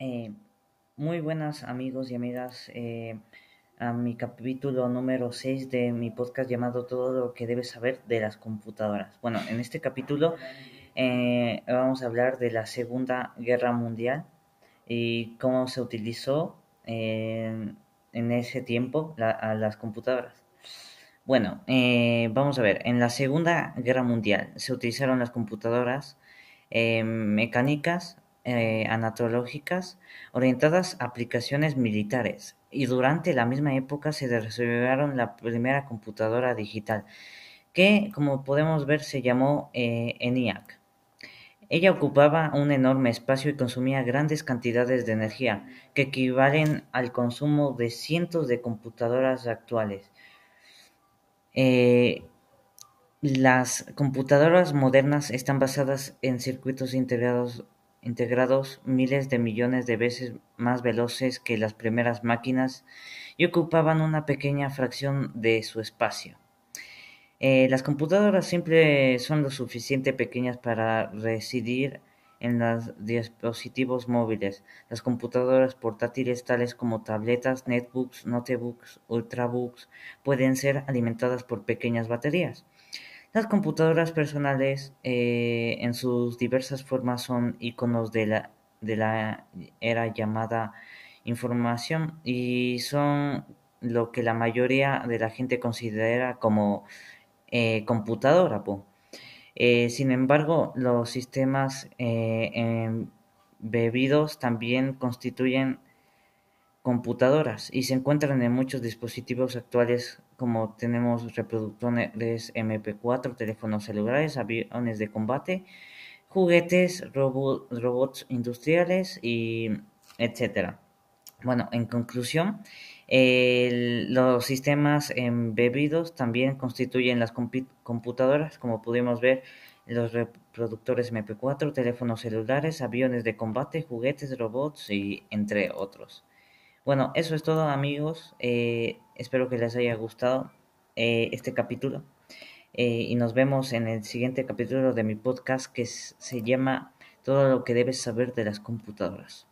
Eh, Muy buenas amigos y amigas a mi capítulo número 6 de mi podcast llamado Todo lo que debes saber de las computadoras. Bueno, en este capítulo vamos a hablar de la Segunda Guerra Mundial y cómo se utilizó en ese tiempo a las computadoras. Bueno, vamos a ver, en la Segunda Guerra Mundial se utilizaron las computadoras mecánicas, anatológicas, orientadas a aplicaciones militares, y durante la misma época se desarrollaron la primera computadora digital, que como podemos ver se llamó ENIAC. Ella ocupaba un enorme espacio y consumía grandes cantidades de energía, que equivalen al consumo de cientos de computadoras actuales. Eh, Las computadoras modernas están basadas en circuitos integrados miles de millones de veces más veloces que las primeras máquinas y ocupaban una pequeña fracción de su espacio. Las computadoras siempre son lo suficiente pequeñas para residir en los dispositivos móviles. Las computadoras portátiles tales como tabletas, netbooks, notebooks, ultrabooks pueden ser alimentadas por pequeñas baterías. Las computadoras personales en sus diversas formas son iconos de la era llamada información y son lo que la mayoría de la gente considera como computadora, po. Sin embargo, los sistemas embebidos también constituyen computadoras y se encuentran en muchos dispositivos actuales como tenemos reproductores MP4, teléfonos celulares, aviones de combate, juguetes, robots industriales y etcétera. Bueno, en conclusión, los sistemas embebidos también constituyen las computadoras, como pudimos ver, los reproductores MP4, teléfonos celulares, aviones de combate, juguetes, robots y entre otros. Bueno, eso es todo amigos. Espero que les haya gustado este capítulo. Y nos vemos en el siguiente capítulo de mi podcast que se llama Todo lo que debes saber de las computadoras.